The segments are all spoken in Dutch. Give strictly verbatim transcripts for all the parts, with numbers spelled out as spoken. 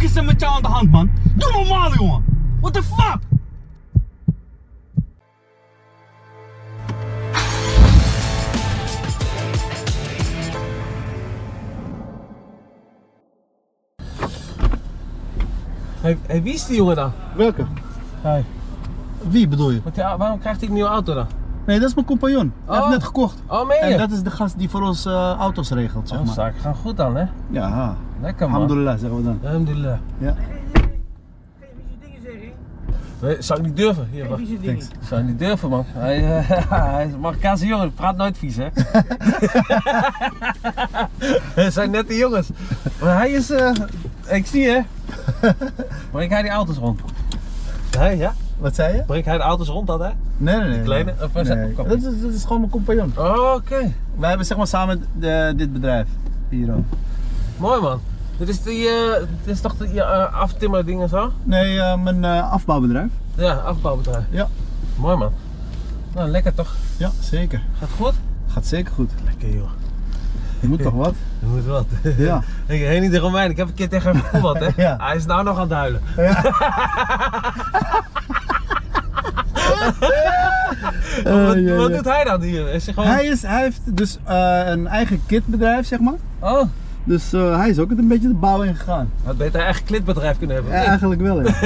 fuck is er met jou aan de hand, man? Doe normaal, jongen. What the fuck? Hey, hey, wie is die jongen dan? Welke? Hey. Wie bedoel je? Want ja, waarom krijgt hij een nieuwe auto dan? Nee, dat is mijn compagnon. Hij Oh. heeft net gekocht. Oh, meen je? En dat is de gast die voor ons uh, auto's regelt, zeg Oh, maar. zaken gaan goed dan, hè? Ja, Lekker, man. alhamdulillah, zeggen we dan. Alhamdulillah. Ja. Nee, zou ik niet durven. Hier, wacht. Thanks. Zou ik niet durven, man. Hij, uh, hij is een Marokkaanse jongen, praat nooit vies, hè? Het zijn nette jongens. Maar hij is, uh, ik zie je. Brengt hij die auto's rond? Hij, ja? Wat zei je? Brengt hij de auto's rond altijd? Nee, nee, nee. Kleine? nee. Of was Nee, dat- dat, is, dat is gewoon mijn compagnon. Oh, oké. Okay. Wij hebben zeg maar samen de, dit bedrijf. Hier ook. Mooi, man. Dit is, die, uh, dit is toch de uh, aftimmer ding en zo? Nee, uh, mijn uh, afbouwbedrijf. Ja, afbouwbedrijf. Ja. Mooi, man. Nou, lekker toch? Ja, zeker. Gaat goed? Gaat zeker goed. Lekker, joh. Je moet toch wat? Je moet wat. Ja. Ik heen niet de Romein, ik heb een keer tegen hem gevoetbald, hè? Ja. Hij is nou nog aan het huilen. Ja. wat wat Uh, ja, ja. doet hij dan hier? Is hij gewoon... Hij, is, hij heeft dus uh, een eigen kitbedrijf, zeg maar. Oh, Dus uh, hij is ook een beetje de bouw ingegaan. had beter een eigen klitbedrijf kunnen hebben. Ja, Nee. eigenlijk wel, ja.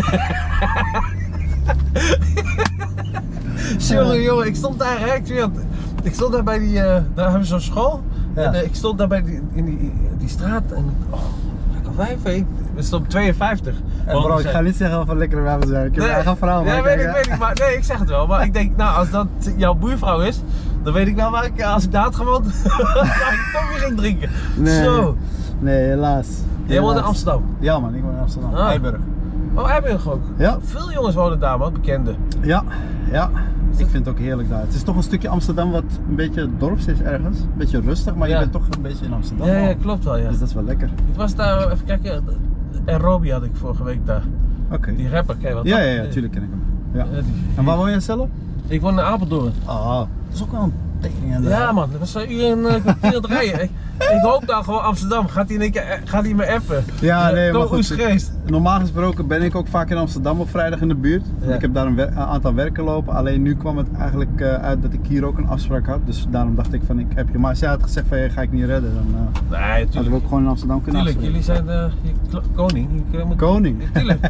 Jongen, jongen, ik stond daar, hè? Ik, zie dat- ik stond daar bij die, uh, daar hebben we zo'n school. Ja. En uh, ik stond daar bij die, in die, die straat en oh, lekker vijf, hè? Ik- We stonden op tweeënvijftig. En bro, ik ga niet zeggen of we lekkere wijven zijn. Ik heb Nee, een eigen verhaal. Ja, maar weet kijk, ik, hè. weet ik, maar nee, ik zeg het wel. Maar ik denk, nou, als dat jouw buurvrouw is, dan weet ik wel waar ik, als ik daar had gewoond, waar ik koffie ging drinken. Nee, Zo. nee, helaas. Jij woont in Helaas. Amsterdam? Ja man, ik woon in Amsterdam. Ah. Eiburg. Oh, Eiburg ook? Ja. Veel jongens wonen daar, man, bekende. Ja, ja. Ik vind het ook heerlijk daar. Het is toch een stukje Amsterdam wat een beetje dorps is ergens. Een beetje rustig, maar Ja. je bent toch een beetje in Amsterdam. Ja, ja, man. klopt wel, ja. Dus dat is wel lekker. Ik was daar, even kijken, en Robbie had ik vorige week daar. Oké. Die rapper, ken je wat? Ja, toch? ja, ja, tuurlijk ken ik hem. Ja. Ja, die- En waar woon je zelf? Ik woon in Apeldoorn. Ah, dat is ook wel een tering aan de- Ja man, dat was een uur en een kwartier aan het rijden. Ik, ik hoop dan gewoon Amsterdam, gaat hij in één keer, eh, gaat hij me appen? Ja, nee, Kom maar goed. Oesgeest. Normaal gesproken ben ik ook vaak in Amsterdam op vrijdag in de buurt. Ja. Ik heb daar een, wer- een aantal werken lopen. Alleen nu kwam het eigenlijk uh, uit dat ik hier ook een afspraak had. Dus daarom dacht ik van ik heb je. Maar als jij had gezegd van je ga ik niet redden, dan uh, Nee, hadden we tuurlijk. ook gewoon in Amsterdam kunnen Tuurlijk, jullie afspreken. zijn de je kla- koning. Je moet- Koning. Ja, tuurlijk.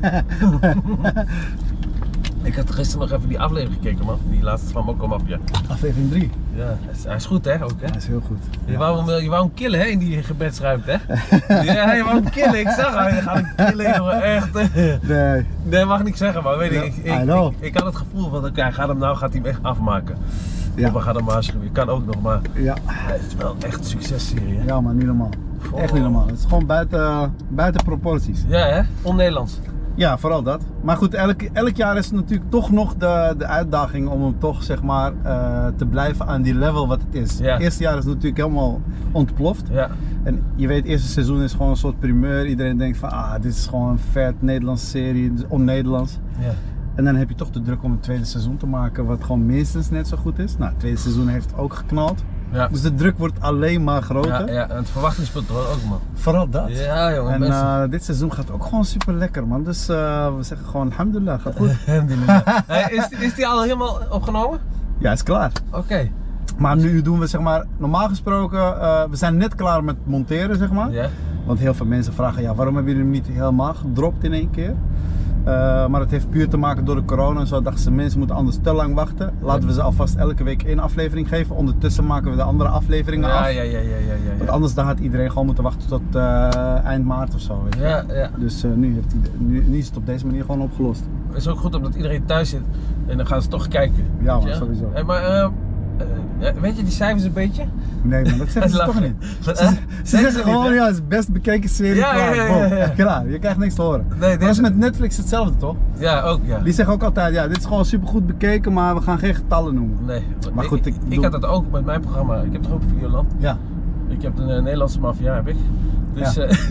Ik had gisteren nog even die aflevering gekeken, man. Die laatste van Mokko Mafia. Aflevering drie. Ja, hij is- hij is goed, hè? Ook, hè? Dat is heel goed. Je wou, hem, je wou hem killen, hè? In die gebedsruimte, hè? Ja, je wou hem killen. Ik zag hem. Je gaat hem killen, jongen. Echt. Nee. Nee, mag ik niet zeggen, maar weet Ja, ik, ik, I ik, know. ik, ik had het gevoel van, oké, hij gaat hem nou gaat hij hem echt afmaken. Ja. Of we gaan hem waarschuwen. Je kan ook nog, maar Ja. het is wel echt een successerie, hè? Ja, maar niet normaal. Oh. Echt niet normaal. Het is gewoon buiten, buiten proporties. Ja, hè? On-Nederlands. Ja, vooral dat. Maar goed, elk, elk jaar is het natuurlijk toch nog de, de uitdaging om hem toch zeg maar uh, te blijven aan die level wat het is. Ja. Het eerste jaar is het natuurlijk helemaal ontploft. Ja. En je weet, het eerste seizoen is gewoon een soort primeur. Iedereen denkt van, ah, dit is gewoon een vet Nederlandse serie, het is on-Nederlands. Ja. En dan heb je toch de druk om een tweede seizoen te maken wat gewoon minstens net zo goed is. Nou, het tweede seizoen heeft ook geknald. Ja. Dus de druk wordt alleen maar groter. Ja, ja, en het verwachtingspatroon ook, man. Vooral dat. Ja, jongen. En best. uh, dit seizoen gaat ook gewoon super lekker, man. Dus uh, we zeggen gewoon alhamdulillah, gaat goed. Alhamdulillah. Hey, is, die- is die al helemaal opgenomen? Ja, is klaar. Oké. Maar nu doen we zeg maar, normaal gesproken, uh, we zijn net klaar met monteren zeg maar. Ja. Want heel veel mensen vragen, ja, waarom hebben jullie hem niet helemaal gedropt in één keer? Uh, maar het heeft puur te maken door de corona en zo. Dachten ze, mensen moeten anders te lang wachten. Laten we ze alvast elke week één aflevering geven. Ondertussen maken we de andere afleveringen Ja, af. ja, ja, ja, ja, ja, Want ja. anders dan had iedereen gewoon moeten wachten tot uh, eind maart of zo. Weet je. Ja, ja. Dus uh, nu, heeft hij, nu, nu is het op deze manier gewoon opgelost. Het is ook goed omdat iedereen thuis zit en dan gaan ze toch kijken. Ja, man, Weet je? sowieso. Hey, maar uh, uh, weet je die cijfers een beetje? Nee man, dat zeggen ze toch niet. Wat, Ze, hè? ze zeggen ze gewoon, niet, hè? ja, het is best bekeken serie, Ja, klaar, ja, ja, ja, ja. boom, klaar. Je krijgt niks te horen. Nee, Maar dat is deze- met Netflix hetzelfde toch? Ja, ook ja. Die zeggen ook altijd, ja, dit is gewoon supergoed bekeken, maar we gaan geen getallen noemen. Nee, Maar goed, ik, ik ik, doe- had dat ook met mijn programma. Ik heb toch ook Videoland. Ja. Ik heb een uh, Nederlandse maffia, heb ik. Dus, Ja. eh,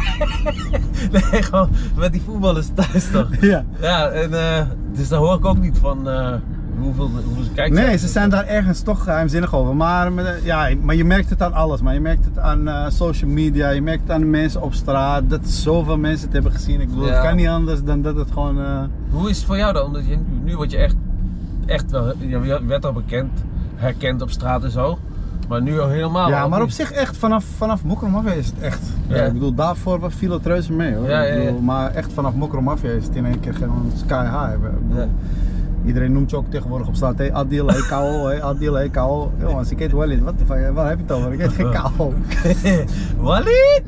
nee, gewoon met die voetballers thuis toch. Ja. Ja, en uh, dus daar hoor ik ook niet van, uh, Hoeveel, hoeveel kijkt Nee, ze zijn daar ergens toch geheimzinnig over. Maar, met- ja, maar je merkt het aan alles. Maar je merkt het aan uh, social media, je merkt het aan de mensen op straat. Dat zoveel mensen het hebben gezien. Ik bedoel, Ja. het kan niet anders dan dat het gewoon... Uh... Hoe is het voor jou dan? Omdat je, nu word je echt, echt wel, je werd al bekend, herkend op straat en zo. Maar nu al helemaal. Ja, of maar op niet? zich echt, vanaf, vanaf Mokro Mafia is het echt. Ja. Ja. Ik bedoel, daarvoor viel het reuze mee hoor. Ja, Ik ja, ja. bedoel, maar echt vanaf Mokro Mafia is het in één keer gewoon sky high. Ik bedoel, Ja. Iedereen noemt je ook tegenwoordig op straat, hey Adil, hey K O, hey Adil, hey K O. Jongens, ik heet Walid, wat de fuck, waar heb je het over? Ik heet geen K O. Walid?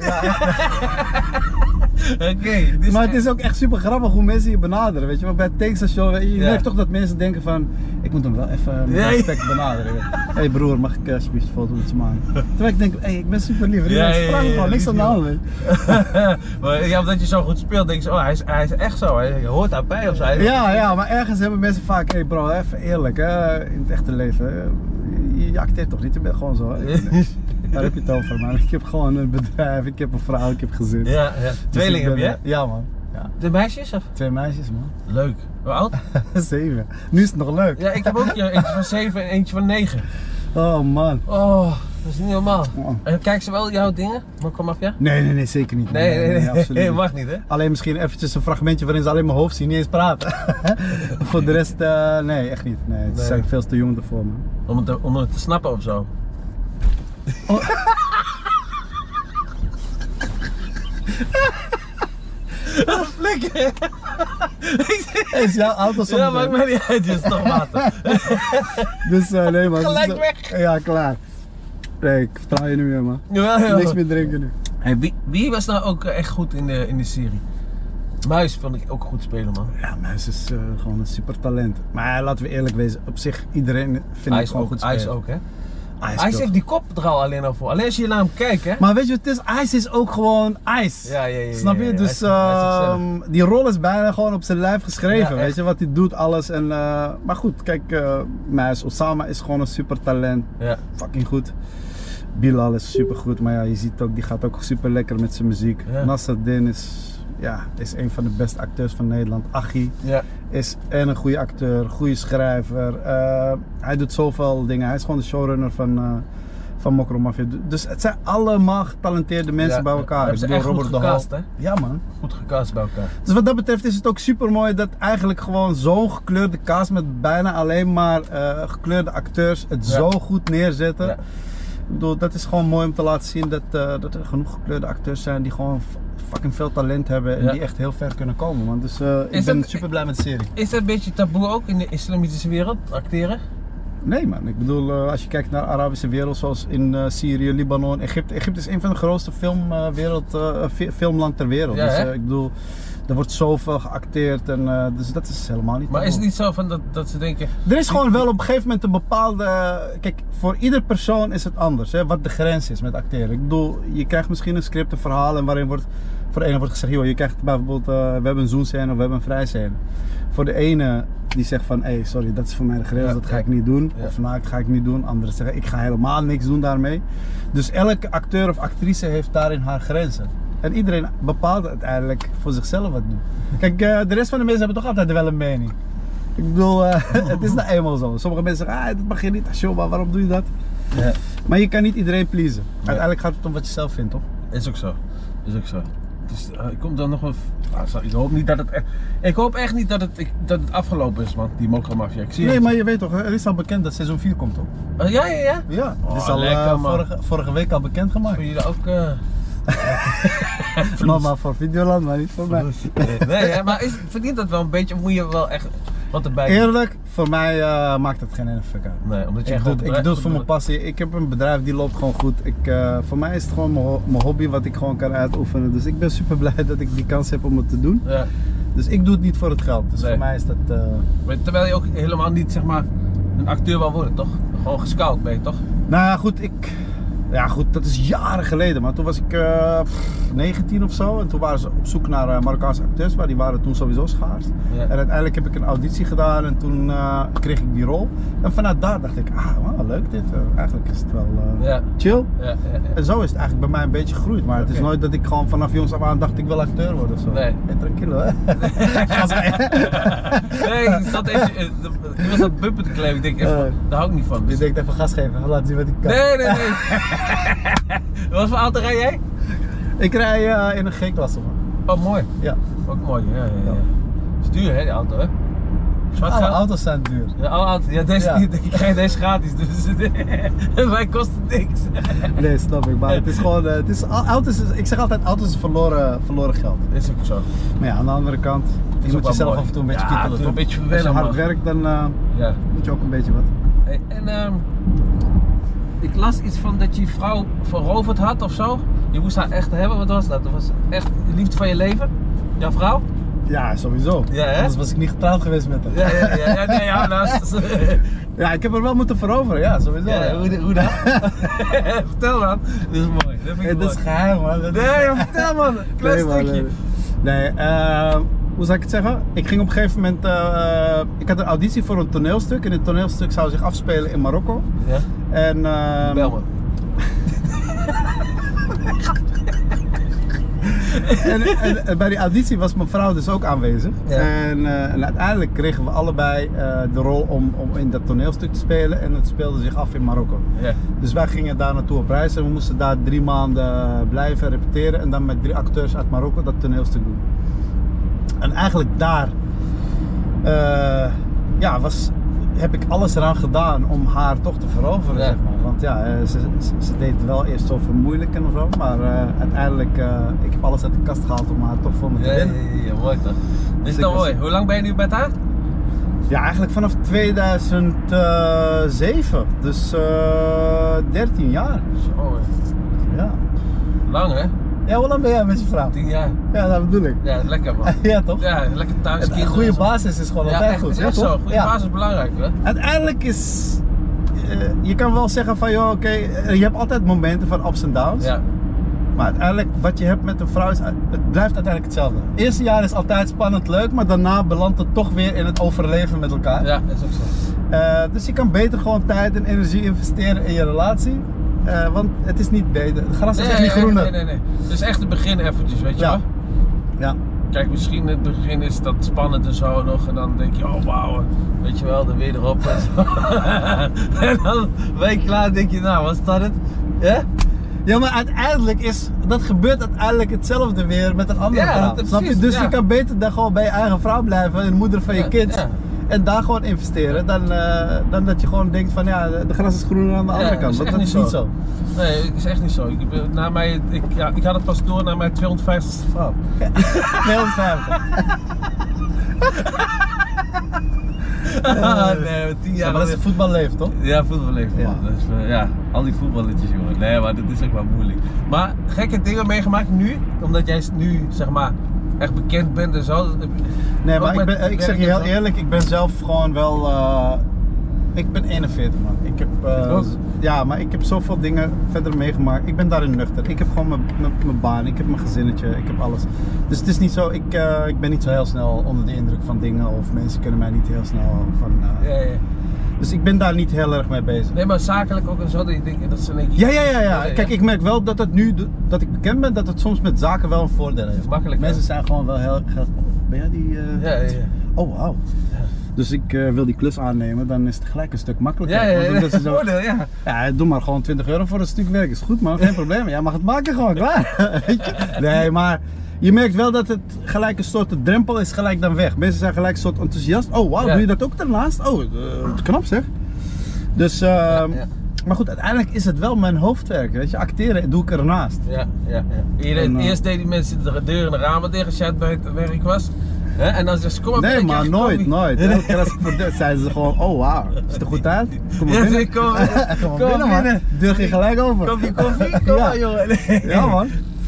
Oké. dus- Maar het is ook echt super grappig hoe mensen je benaderen, weet je wel. Bij het tankstation, weet je, je Ja. merkt toch dat mensen denken van, ik moet hem wel even met Ja, ja. respect benaderen. Hé hey broer, mag ik uh, alsjeblieft een foto met je maken? Terwijl ik denk, hey, ik ben super lief, Ja, ja, ik vraag ja, gewoon, ja, niks aan de hand. weet je. maar ja, omdat je zo goed speelt, denk je, oh, hij is, hij is echt zo, hij hoort daarbij of zo. Hij- Ja, ja, maar ergens hebben mensen vaak, hé hey bro, even eerlijk, hè, in het echte leven, hè, je, je acteert toch niet, je bent gewoon zo. Hè? Daar heb je het over, man. Ik heb gewoon een bedrijf, ik heb een vrouw, ik heb gezin. Ja, ja. Dus Tweeling ik heb ben, je? eh, Ja man, ja. De meisjes of? Twee meisjes man. Leuk. Hoe oud? Zeven. Nu is het nog leuk. Ja, ik heb ook ja, eentje van zeven en eentje van negen. Oh man. Oh, dat is niet normaal. Oh. En kijken ze wel jouw dingen? Mokro Mafia? Nee, nee, nee, zeker niet. Nee, nee, nee, absoluut nee, niet. mag niet hè? Alleen misschien eventjes een fragmentje waarin ze alleen mijn hoofd zien, niet eens praten. Voor de rest, uh, nee, echt niet. Nee, ze Nee. zijn veel te jong ervoor, man. Om het te, om het te snappen of zo. Flikker! Is jouw auto zo? Ja, maakt mij niet uit, dus toch water. Dus uh, nee, man. Gelijk Dus, uh, weg. Ja, klaar. Nee, ik vertrouw je niet meer, man. Jawel, jawel. Niks meer drinken nu. Hey, wie, wie was nou ook echt goed in de, in de serie? Muis vond ik ook goed spelen, man. Ja, Muis is uh, gewoon een super talent. Maar laten we eerlijk wezen, op zich, iedereen vindt het Ice gewoon ook, goed spelen. Ice ook, hè? Ice Ice speelt. heeft die kop er al alleen al voor. Alleen als je naar hem kijkt, hè? Maar weet je wat het is? Ice is ook gewoon Ice. Ja, ja, ja, ja, Snap je? ja, ja. Dus Hij is- hij is zichzelf. ehm, die rol is bijna gewoon op zijn lijf geschreven. Ja, weet echt. je wat hij doet, alles. En, uh, maar goed, kijk, uh, Muis, Osama is gewoon een super talent. Ja. Fucking goed. Bilal is super goed, maar ja, je ziet ook, die gaat ook super lekker met zijn muziek. Ja. Nasreddin is, ja, is een van de beste acteurs van Nederland. Achi Ja. is en een goede acteur, goede schrijver. Uh, hij doet zoveel dingen. Hij is gewoon de showrunner van, uh, van Mokro Mafia. Dus het zijn allemaal getalenteerde mensen Ja, bij ja. elkaar. Hebben Ik ze bedoel, echt goed Robert de gecast, Hol. hè? Ja man. Goed gecast bij elkaar. Dus wat dat betreft is het ook super mooi dat eigenlijk gewoon zo'n gekleurde cast met bijna alleen maar uh, gekleurde acteurs het Ja. zo goed neerzetten. Ja. Ik bedoel, dat is gewoon mooi om te laten zien dat, uh, dat er genoeg gekleurde acteurs zijn die gewoon f- fucking veel talent hebben en Ja. die echt heel ver kunnen komen. Man. Dus uh, ik Is ben dat- super blij met de serie. Is dat een beetje taboe ook in de islamitische wereld, acteren? Nee man, ik bedoel, uh, als je kijkt naar de Arabische wereld zoals in uh, Syrië, Libanon, Egypte. Egypte is een van de grootste filmwereld, uh, fi- filmland ter wereld. Ja, dus hè? uh, ik bedoel, er wordt zoveel geacteerd en uh, dus dat is helemaal niet Maar is het taboe. niet zo van dat, dat ze denken... Er is gewoon wel op een gegeven moment een bepaalde. Kijk, voor ieder persoon is het anders, hè, wat de grens is met acteren. Ik bedoel, je krijgt misschien een script, een verhaal en waarin wordt. Voor de ene wordt gezegd, joh, je krijgt bijvoorbeeld, uh, we hebben een zoenscène of we hebben een vrijscène. Voor de ene die zegt van, hé, hey, sorry, dat is voor mij de grens, Ja, dat ga ja. ik niet doen. Ja. Of nou, dat ga ik niet doen. Anderen zeggen, ik ga helemaal niks doen daarmee. Dus elke acteur of actrice heeft daarin haar grenzen. En iedereen bepaalt uiteindelijk voor zichzelf wat doen. Kijk, uh, de rest van de mensen hebben toch altijd wel een mening. Ik bedoel, uh, het is nou eenmaal zo. Sommige mensen zeggen, ah, dat mag je niet, Shoba, waarom doe je dat? Ja. Maar je kan niet iedereen pleasen. Uiteindelijk gaat het om wat je zelf vindt, toch? Is ook zo. Is ook zo. Dus, uh, ik kom dan nog wel. Ah, zo, ik hoop niet dat het. Echt, ik hoop echt niet dat het, ik, dat het afgelopen is, man. Die Mokro Mafia. Ik zie Nee, het. maar je weet toch, er is al bekend dat seizoen vier komt, toch? Oh, ja, ja, ja. Ja, Oh, het is al lekker, uh, man. vorige, vorige week al bekend gemaakt. Voor jullie ook. Uh... Maar, maar voor Videoland, maar niet voor mij. nee, hè, maar is, verdient dat wel een beetje? Of moet je wel echt wat erbij doen? Eerlijk, voor mij uh, maakt het geen ene fuck uit. Nee, omdat je Ik echt doe, goed het- ik bedrijf- doe het voor goed mijn passie. Ik heb een bedrijf die loopt gewoon goed. Ik, uh, voor mij is het gewoon mijn, ho- mijn hobby wat ik gewoon kan uitoefenen. Dus ik ben super blij dat ik die kans heb om het te doen. Ja. Dus ik doe het niet voor het geld. Dus Nee. voor mij is dat... Uh... Maar terwijl je ook helemaal niet zeg maar een acteur wil worden, toch? Gewoon gescout ben je, toch? Nou ja, goed, ik... Ja goed, dat is jaren geleden, maar toen was ik uh, negentien of zo en toen waren ze op zoek naar uh, Marokkaanse acteurs, maar die waren toen sowieso schaars. Ja. En uiteindelijk heb ik een auditie gedaan en toen uh, kreeg ik die rol. En vanuit daar dacht ik, ah wow, leuk dit, uh, eigenlijk is het wel uh, ja. chill. Ja, ja, ja. En zo is het eigenlijk bij mij een beetje gegroeid, maar het okay. is nooit dat ik gewoon vanaf jongs af aan dacht ik wil acteur worden of zo. Nee. Hey, tranquilo hè. Nee, ik zat even, ik was dat bumper te kleven, ik denk even, uh, daar hou ik niet van. Dus. Je denkt even gas geven, laten zien wat ik kan. Nee, nee, nee. Wat voor auto rij jij? Ik rij uh, in een G-klasse man. Oh mooi. Ja. Ook mooi, ja, ja, ja. Het is duur hè, die auto hè? Zwart alle auto's zijn duur. Ja, alle auto's. Ja, deze, ja. Ik krijg deze gratis, dus wij kosten niks. Nee, snap ik, maar het is gewoon, uh, het is, auto's, ik zeg altijd, auto's is verloren, verloren geld. Dat is ook zo. Maar ja, aan de andere kant, je moet jezelf mooi. af en toe een beetje ja, kietelen. Een beetje verwennen, als je hard werkt, dan uh, ja. moet je ook een beetje wat. Hey, en um, ik las iets van dat je je vrouw veroverd had of zo. Je moest haar echt hebben, wat was dat? Dat was echt de liefde van je leven? Jouw vrouw? Ja, sowieso. Ja, hè? Anders was ik niet getrouwd geweest met haar. Ja, ja, ja, ja, nee, ja, nou, ja, ik heb er wel moeten veroveren, ja, sowieso. Ja, ja. Hoe, hoe dan? Vertel dan. Dat is mooi. Dat, hey, dat is geheim, man. Dat nee, is... vertel man. Klein nee, stukje. Man, nee, nee uh, hoe zou ik het zeggen? Ik ging op een gegeven moment, uh, ik had een auditie voor een toneelstuk en het toneelstuk zou zich afspelen in Marokko. Ja. En uh, bel me. en, en, en bij die auditie was mijn vrouw dus ook aanwezig. Ja. En, uh, en uiteindelijk kregen we allebei uh, de rol om, om in dat toneelstuk te spelen en het speelde zich af in Marokko. Ja. Dus wij gingen daar naartoe op reis en we moesten daar drie maanden blijven repeteren en dan met drie acteurs uit Marokko dat toneelstuk doen. En eigenlijk daar uh, ja, was, heb ik alles eraan gedaan om haar toch te veroveren, ja. zeg maar. Want ja, ze, ze, ze deed het wel eerst zo vermoeilijk en zo, maar uh, uiteindelijk, uh, ik heb alles uit de kast gehaald om haar toch voor me te ja, winnen. Ja, ja, ja, mooi toch? Is dus dat mooi? Hoe lang ben je nu bij haar? Ja, eigenlijk vanaf tweeduizend zeven, dus uh, dertien jaar. Zo, ja. Lang hè? Ja, hoe lang ben jij met je vrouw? tien jaar. Ja, dat bedoel ik. Ja, lekker man. Ja, toch? Ja, lekker thuis. Een goede basis is gewoon ja, altijd echt, goed. Is echt ja, zo. Goede ja. basis is belangrijk, hè? Uiteindelijk is, uh, je kan wel zeggen van, joh, oké, okay, je hebt altijd momenten van ups en downs. Ja. Maar uiteindelijk, wat je hebt met een vrouw, is, het blijft uiteindelijk hetzelfde. Het eerste jaar is altijd spannend, leuk, maar daarna belandt het toch weer in het overleven met elkaar. Ja, dat is ook zo. Uh, dus je kan beter gewoon tijd en energie investeren in je relatie. Uh, want het is niet beter. Het gras is nee, echt niet groener. Nee, nee, nee. Het is echt het begin eventjes, weet je ja. wel? Ja. Kijk, misschien in het begin is dat spannend en zo nog. En dan denk je, oh wauw, weet je wel, dan weer erop en zo. En dan een week later denk je, nou, was dat het? Ja? Ja, maar uiteindelijk is, dat gebeurt uiteindelijk hetzelfde weer met een andere ja, vrouw. Dat, snap je? Dus ja. je kan beter dan gewoon bij je eigen vrouw blijven en de moeder van je ja, kids. Ja. En daar gewoon investeren, dan, uh, dan dat je gewoon denkt van ja, de gras is groener aan de andere ja, kant. Dat is, dat echt is niet zo. zo. Nee, het is echt niet zo. Ik, na mij, ik, ja, ik had het pas door naar mijn tweehonderdvijftigste vrouw. tweehonderdvijftig. Ah, nee, tien jaar. Ja, maar dat is voetballeven, toch? Ja, voetballeven. Ja. Dat is, ja, al die voetballetjes, jongen. Nee, maar dat is ook wel moeilijk. Maar gekke dingen meegemaakt nu, omdat jij nu, zeg maar, echt bekend bent en zo. Nee, maar ik, ben, ik zeg je heel eerlijk, ik ben zelf gewoon wel. Uh, ik ben eenenveertig man. Ik heb, uh, ja, maar ik heb zoveel dingen verder meegemaakt. Ik ben daarin nuchter. Ik heb gewoon mijn baan, ik heb mijn gezinnetje, ik heb alles. Dus het is niet zo, ik, uh, ik ben niet zo heel snel onder de indruk van dingen of mensen kunnen mij niet heel snel van. Uh, ja, ja. Dus ik ben daar niet heel erg mee bezig. Nee, maar zakelijk ook en zo, dat je denkt dat ze denk ja, ja, ja, ja. Kijk, ik merk wel dat het nu, dat ik bekend ben, dat het soms met zaken wel een voordeel heeft. Makkelijk. Mensen hè? zijn gewoon wel heel erg. Ben jij die? Uh, ja, ja, ja. Oh, wauw. Ja. Dus ik uh, wil die klus aannemen, dan is het gelijk een stuk makkelijker. Ja, ja, ja. Want dat is zo, voordeel, ja. Ja, doe maar gewoon twintig euro voor een stuk werk. Is goed man, geen probleem. Jij mag het maken gewoon, klaar. Weet je? Nee, maar je merkt wel dat het gelijk een soort de drempel is gelijk dan weg. Mensen zijn gelijk een soort enthousiast. Oh, wauw, ja. Doe je dat ook daarnaast? Oh, uh, knap zeg. Dus, uh, ja, ja. Maar goed, uiteindelijk is het wel mijn hoofdwerk, weet je, acteren doe ik ernaast. Ja, ja, ja. Eerst, uh, eerst deden die mensen de deuren en de ramen dicht als jij het bij het werk was. He? En dan zeg ze, kom maar nee, binnen. Nee, maar nooit, nooit. Elke keer als ik voor deur zeiden ze gewoon, oh wauw, ziet er goed uit? Kom maar binnen. Ja, kom, kom maar kom binnen, man. Deur ging gelijk over. Kom je koffie? Kom ja. maar, jongen. Nee. Ja, man.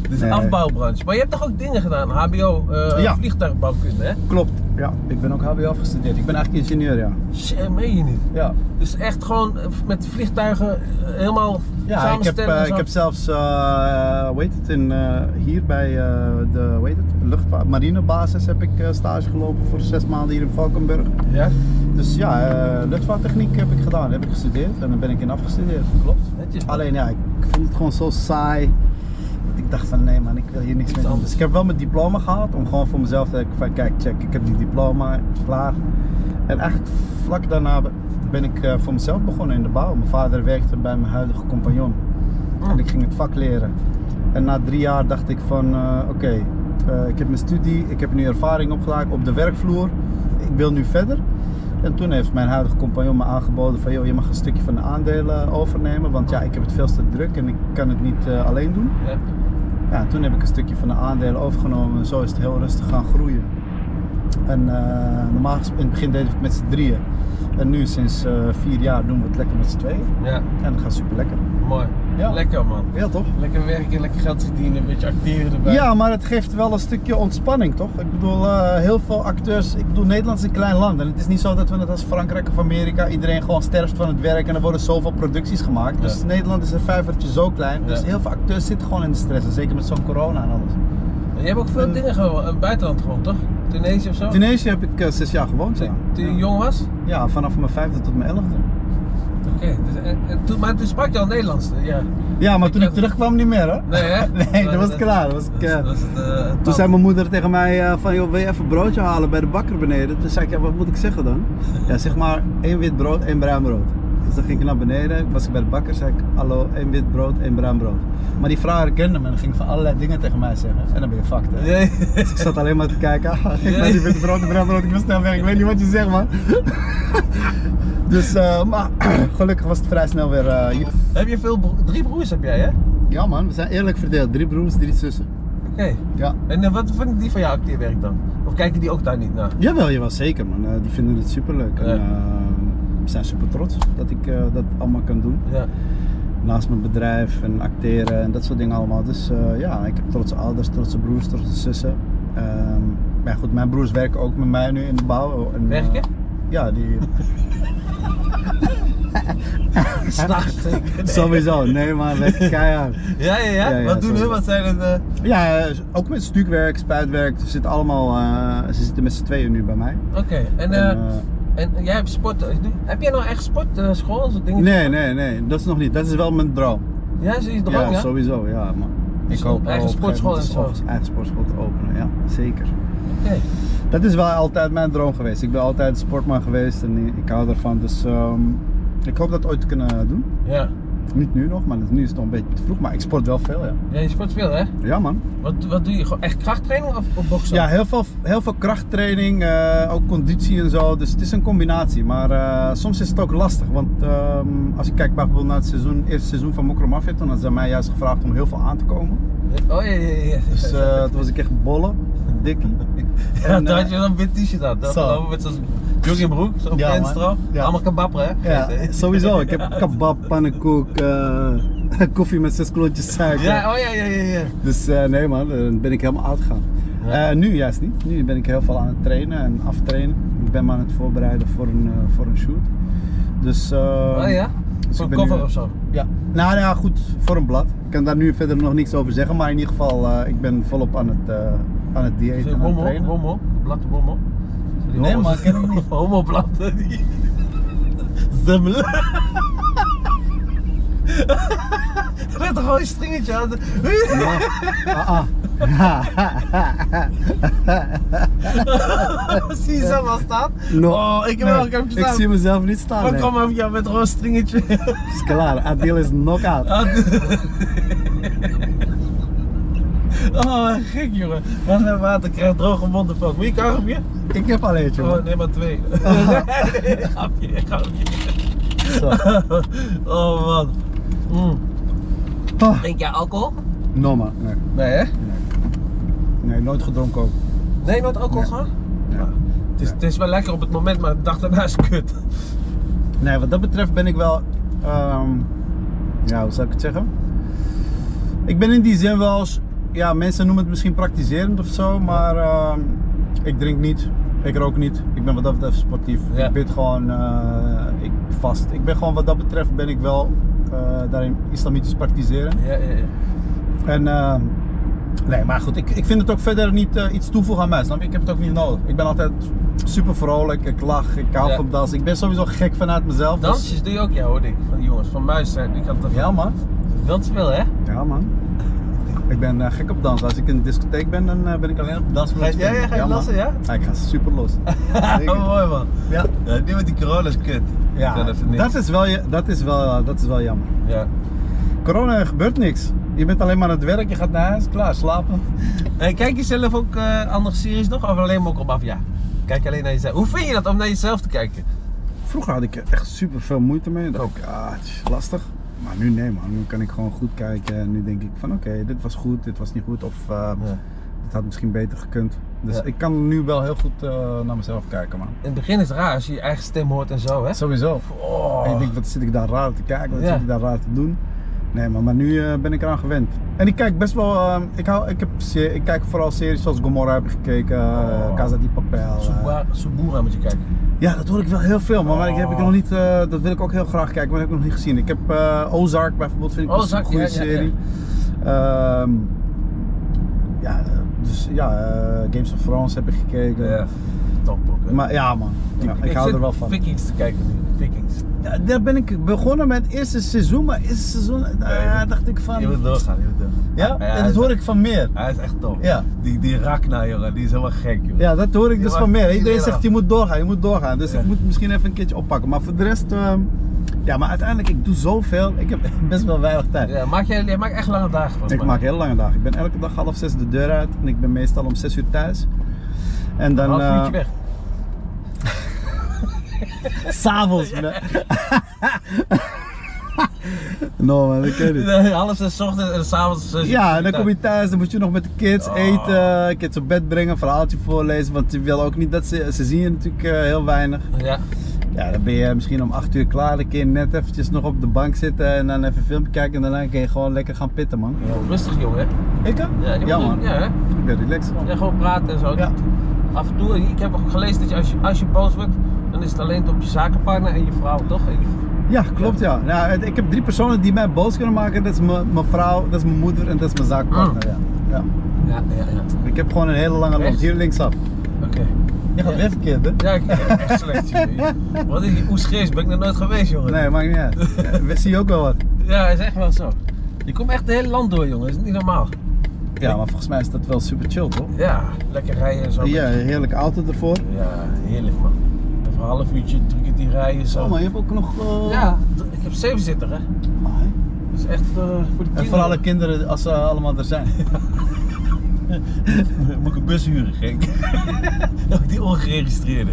Dus Nee. afbouwbranche. Maar je hebt toch ook dingen gedaan? H B O, uh, Ja. vliegtuigbouwkunde, hè? Klopt, ja. Ik ben ook H B O afgestudeerd. Ik ben eigenlijk ingenieur, ja. Shit, meen je niet? Ja, Dus echt gewoon met vliegtuigen uh, helemaal ja ik, heb, samenstellen uh, en zo? ik heb zelfs, uh, hoe heet het, in, uh, hier bij uh, de, hoe heet het, luchtvaart, marinebasis heb ik uh, stage gelopen voor zes maanden hier in Valkenburg. Ja? Dus ja, uh, luchtvaarttechniek heb ik gedaan, heb ik gestudeerd en daar ben ik in afgestudeerd. Klopt, netjes. Alleen ja, ik vond het gewoon zo saai. Dat ik dacht van nee man, ik wil hier niks mee doen. Dus ik heb wel mijn diploma gehaald om gewoon voor mezelf te denken van kijk, check, ik heb die diploma, klaar. En eigenlijk vlak daarna ben ik uh, voor mezelf begonnen in de bouw. Mijn vader werkte bij mijn huidige compagnon. En ik ging het vak leren. En na drie jaar dacht ik van uh, oké, okay, uh, ik heb mijn studie, ik heb nu ervaring opgedaan op de werkvloer. Ik wil nu verder. En toen heeft mijn huidige compagnon me aangeboden van joh, je mag een stukje van de aandelen overnemen. Want ja, ik heb het veel te druk en ik kan het niet uh, alleen doen. Ja. Ja, toen heb ik een stukje van de aandelen overgenomen en zo is het heel rustig gaan groeien. En uh, normaal gesproken, in het begin deden we het met z'n drieën. En nu sinds uh, vier jaar doen we het lekker met z'n tweeën. Ja. En dat gaat super lekker. Mooi. Ja. Lekker man. Ja toch? Lekker werken, lekker geld verdienen, een beetje acteren erbij. Ja, maar het geeft wel een stukje ontspanning toch? Ik bedoel, uh, heel veel acteurs, ik bedoel Nederland is een klein land en het is niet zo dat we net als Frankrijk of Amerika iedereen gewoon sterft van het werk en er worden zoveel producties gemaakt. Ja. Dus Nederland is een vijvertje zo klein, dus Ja. heel veel acteurs zitten gewoon in de stress, en zeker met zo'n corona en alles. En je hebt ook veel En- dingen gewoon in het buitenland gewoond, toch? Tunesië of zo? Tunesië heb ik uh, zes jaar gewoond, ja. Toen je Ja. jong was? Ja, vanaf mijn vijfde tot mijn elfde. Oké, dus, en, en toen, maar toen sprak je al Nederlands? Ja. Ja, maar toen Ik ik had- terugkwam niet meer hè? Nee hè? Nee, dat was het klaar. Dat was ik, dat uh, was het, uh, Toen taal. zei mijn moeder tegen mij uh, van joh, wil je even een broodje halen bij de bakker beneden? Toen zei ik, ja wat moet ik zeggen dan? Ja, zeg maar één wit brood, één bruin brood. Dus dan ging ik naar beneden, was ik bij de bakker, zei ik hallo, één wit brood, één bruin brood. Maar die vrouw herkende me en ging van allerlei dingen tegen mij zeggen. En dan ben je fucked hè. Nee. Dus ik zat alleen maar te kijken, ah, geef mij Nee. die witte brood en bruin brood, ik wil snel weg, ik weet niet wat je zegt man. Dus, uh, maar gelukkig was het vrij snel weer uh, hier. Heb je veel bro- drie broers heb jij hè? Ja man, we zijn eerlijk verdeeld, drie broers, drie zussen. Oké. Ja. En uh, wat vinden die van jouw acteerwerk dan? Of kijken die ook daar niet naar? Jawel, jawel, zeker man. Uh, die vinden het superleuk. Ja. En, uh, we zijn super trots dat ik uh, dat allemaal kan doen. Ja. Naast mijn bedrijf en acteren en dat soort dingen allemaal. Dus uh, ja, ik heb trotse ouders, trotse broers, trotse zussen. Um, maar goed, mijn broers werken ook met mij nu in de bouw. En, uh, Werken? Ja, die... S'nachts zeker? Nee. Sowieso, nee maar werken keihard. Ja, ja, ja. Ja, ja, Wat doen sorry. hun? Wat zijn het? Uh... Ja, ook met stukwerk, spuitwerk. Ze zitten allemaal, uh, ze zitten met z'n tweeën nu bij mij. Oké. En, uh, En, uh, en jij hebt sport. Heb jij nou echt sportschool? Zo'n ding? nee, nee, nee, dat is nog niet. Dat is wel mijn droom. Ja, zie je droom, Ja, ja? sowieso, ja. Maar ik Zo'n hoop wel eigen op een gegeven sportschool moment en zo. een eigen sportschool te openen, ja, zeker. Oké. Dat is wel altijd mijn droom geweest. Ik ben altijd sportman geweest en ik hou ervan. Dus um, ik hoop dat ooit te kunnen doen. Ja. Niet nu nog, maar nu is het nog een beetje te vroeg. Maar ik sport wel veel, ja. Ja, je sport veel, hè? Ja man. Wat, wat doe je? Gewoon echt krachttraining of, of boksen? Ja, heel veel, heel veel krachttraining, uh, ook conditie en zo. Dus het is een combinatie. Maar uh, soms is het ook lastig. Want um, als ik kijk bijvoorbeeld naar het seizoen, eerste seizoen van Mokro Mafia, toen hadden ze mij juist gevraagd om heel veel aan te komen. Oh ja, ja, ja. Dus uh, toen was ik echt bollen, dikkie. Ja, En, toen uh, had je dan een wit t-shirt aan. Dat zo. geloof ik met zo'n joggingbroek, zo'n Ja, man. penstro. Ja. Allemaal kabapper, hè? Ja, sowieso. Ik heb kebab, pannenkoek, uh, koffie met zes klontjes suiker. Ja, oh ja, ja, ja. ja. Dus uh, nee man, dan ben ik helemaal uitgegaan. Ja. Uh, nu juist niet. Nu ben ik heel veel aan het trainen en aftrainen. Ik ben me aan het voorbereiden voor een, uh, voor een shoot. Dus, uh, Oh ja? dus Zo'n ik ben cover nu- of zo? Ja. Nou, nou ja, goed, voor een blad. Ik kan daar nu verder nog niks over zeggen, maar in ieder geval, uh, ik ben volop aan het, uh, aan het dieet en aan het Homo, trainen. homo, blad homo. Die Nee, homo's- man, ken ik niet. Homoblad, die... Zemmelen. Met een gewoon stringetje aan. Ja. Ah, ah. Zie je zo wel staan? No. Oh, ik heb Nee, wel een kampje Ik staan. zie mezelf niet staan. Oh, nee. kom maar, ja, met een rood stringetje. Is klaar, Adil is knock-out. Oh, gek jongen. Wacht even water, krijg droge mond ervan. Moet je kauwgomje? Ik heb al eentje, Oh, man. nee, maar twee. Oh. Nee, grapje, grapje. Zo. Oh man. Mm. Ah. Drink jij alcohol? No man, nee. Nee hè? Nee, nooit gedronken ook. Nee, nooit alcohol Nee. gehad? Ja. Het is, het is wel lekker op het moment, maar de dag daarna is kut. Nee, wat dat betreft ben ik wel, um, ja, hoe zou ik het zeggen? Ik ben in die zin wel eens ja, mensen noemen het misschien praktiserend of zo, maar uh, ik drink niet, ik rook niet. Ik ben wat dat betreft sportief. Ja. Ik bid gewoon uh, ik vast. Ik ben gewoon wat dat betreft ben ik wel uh, daarin islamitisch praktiseren. Ja, ja, ja. En uh, nee, maar goed, ik, ik vind het ook verder niet uh, iets toevoegen aan mij, snap je? Ik heb het ook niet nodig. Ik ben altijd super vrolijk, ik lach, ik hou Ja. van dansen. Ik ben sowieso gek vanuit mezelf. dus- Dansjes doe je ook, ja hoor ik. Van die jongens, van Muis zijn. Ik had het Ja man, Dansen wel, hè? ja man. Ik ben uh, gek op dansen. Als ik in de discotheek ben, dan uh, ben ik alleen op dansen. Ga je- ja, ja, ga je man. dansen, ja? Ja, ik ga super los. Oh, mooi man. Ja, Ja, die met die corona is kut. ja Ik kan even niks. dat, is wel, dat, is wel, dat is wel jammer. Ja. Corona, er gebeurt niks. Je bent alleen maar aan het werk, je gaat naar huis, klaar, slapen. Hey, kijk je zelf ook uh, andere series nog? Of alleen maar ook op af? Ja. Kijk alleen naar jezelf. Hoe vind je dat om naar jezelf te kijken? Vroeger had ik er echt super veel moeite mee. Dacht ik, ah, het is lastig. Maar nu nee man, nu kan ik gewoon goed kijken. En nu denk ik van oké, okay, dit was goed, dit was niet goed. Of uh, Ja. dit had misschien beter gekund. Dus Ja. ik kan nu wel heel goed uh, naar mezelf kijken man. In het begin is het raar als je je eigen stem hoort en zo, hè? Sowieso. Oh. En je denkt, wat zit ik daar raar te kijken, wat Ja. zit ik daar raar te doen? Nee, maar, maar nu uh, ben ik eraan gewend. En ik kijk best wel, uh, ik, hou, ik, heb, se- ik kijk vooral series zoals Gomorra heb ik gekeken, uh, Oh. Casa di Papel. uh. Subura, Subura moet je kijken. Ja, dat hoor ik wel heel veel, maar, maar ik heb ik Oh. nog niet, uh, dat wil ik ook heel graag kijken, maar dat heb ik nog niet gezien. Ik heb uh, Ozark bijvoorbeeld, vind ik een Ozark, goede ja, ja, serie. Ja, ja, dus ja, uh, Games of Thrones heb ik gekeken. Ja. Top ook, hè? Maar ja man, ja, ik, hou zit er wel van. Vikings te kijken nu. Vikings. Ja, daar ben ik begonnen met het eerste seizoen, maar eerste seizoen, daar Ja, je- dacht ik van... Je moet doorgaan, je moet doorgaan. Ja, hij en dat is- hoor ik van meer. Hij is echt top. Ja. Die, die Ragnar, jongen, die is helemaal gek, joh. Ja, dat hoor ik Die dus mag van meer. niet Iedereen meer zegt af. je moet doorgaan, je moet doorgaan. Dus Ja. ik moet misschien even een keertje oppakken. Maar voor de rest, uh, ja, maar uiteindelijk, ik doe zoveel. Ik heb best wel weinig tijd. Ja, maak jij, jij maakt echt lange dagen volgens Ik mij. maak heel lange dagen. Ik ben elke dag half zes de deur uit en ik ben meestal om zes uur thuis. En dan... Een half uh, uurtje weg. S'avonds. No man, ik ken het. Nee, half zes 's ochtends en s'avonds zes uur. Ja, en dan kom je thuis, dan moet je nog met de kids Oh. eten, kids op bed brengen, een verhaaltje voorlezen, want je wil ook niet dat ze, ze zien je natuurlijk uh, heel weinig. Ja. Ja, dan ben je misschien om acht uur klaar, dan kun je net eventjes nog op de bank zitten en dan even een filmpje kijken en daarna kun je gewoon lekker gaan pitten man. Ja, rustig, jongen, hè? Ik hè? Ja, je Ja moet- man, Ja, hè? ik ben relaxed man. Ja, gewoon praten en zo. Ja. Niet- Af en toe, ik heb ook gelezen dat je als, je als je boos wordt, dan is het alleen op je zakenpartner en je vrouw, toch? En je- Ja, klopt ja. Ja, het- ik heb drie personen die mij boos kunnen maken, dat is mijn mijn vrouw, dat is mijn moeder en dat is mijn zaakpartner. Ja. Ja. Ja, ja, ja. Ik heb gewoon een hele lange Echt? lont, hier linksaf. Oké. Je gaat Ja. weer verkeerd hè? Ja, ik echt slecht, jongen. Wat is die Oesgees? Ben ik nog nooit geweest, jongen. Nee, maakt niet uit. Ja, we zie je ook wel wat. Ja, is echt wel zo. Je komt echt het hele land door, jongen. Dat is niet normaal. Ja, maar volgens mij is dat wel super chill toch? Ja, lekker rijden en zo. Ja, heerlijke auto ervoor. Ja, heerlijk, man. Even een half uurtje, drie keer die rijden zo. Oh, maar je hebt ook nog... uh, Ja, d- ik heb zeven zitter, hè. Oh, hè? Dat is echt uh, voor de En kinderen. voor alle kinderen als ze allemaal er zijn. Moet ik een bus huren, gek? Ook die ongeregistreerde.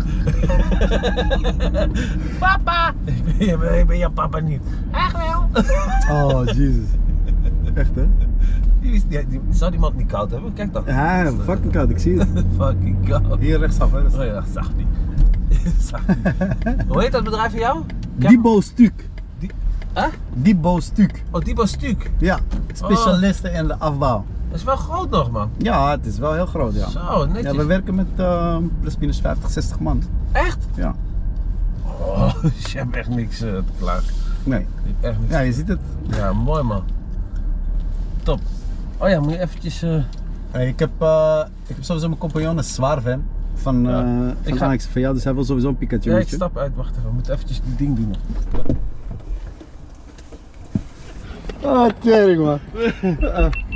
Papa! Ik ben, ik ben, ik ben jouw papa niet. Echt wel? Oh, jezus. Echt hè? Die, is- die, die, zou die man niet koud hebben? Kijk dan. Ja, fucking koud, ik zie het. Fucking koud. Hier rechtsaf hè. Oh ja, zag niet. Zag niet. Hoe heet dat bedrijf van jou? Dibo Stuk. Die, huh? Dibo Stuk. Oh, Dibo Stuk. Ja, specialisten in de afbouw. Dat is wel groot nog, man. Ja, het is wel heel groot ja. Zo, netjes. Ja, we werken met uh, plus minus vijftig, zestig man. Echt? Ja. Oh, je hebt echt niks uh, te klagen. Nee. Je hebt echt niks. Ja, je ziet het. Ja, mooi man. Top. Oh ja, moet je eventjes... Uh... Hey, ik, heb, uh, ik heb sowieso mijn compagnon, een zwaar fan van, uh, Ja. van Ik ga- Alex van jou, dus hij wil sowieso een Pikachu. Ja, ik stap uit. Wacht even. We moeten eventjes die ding doen. Oh, tering man.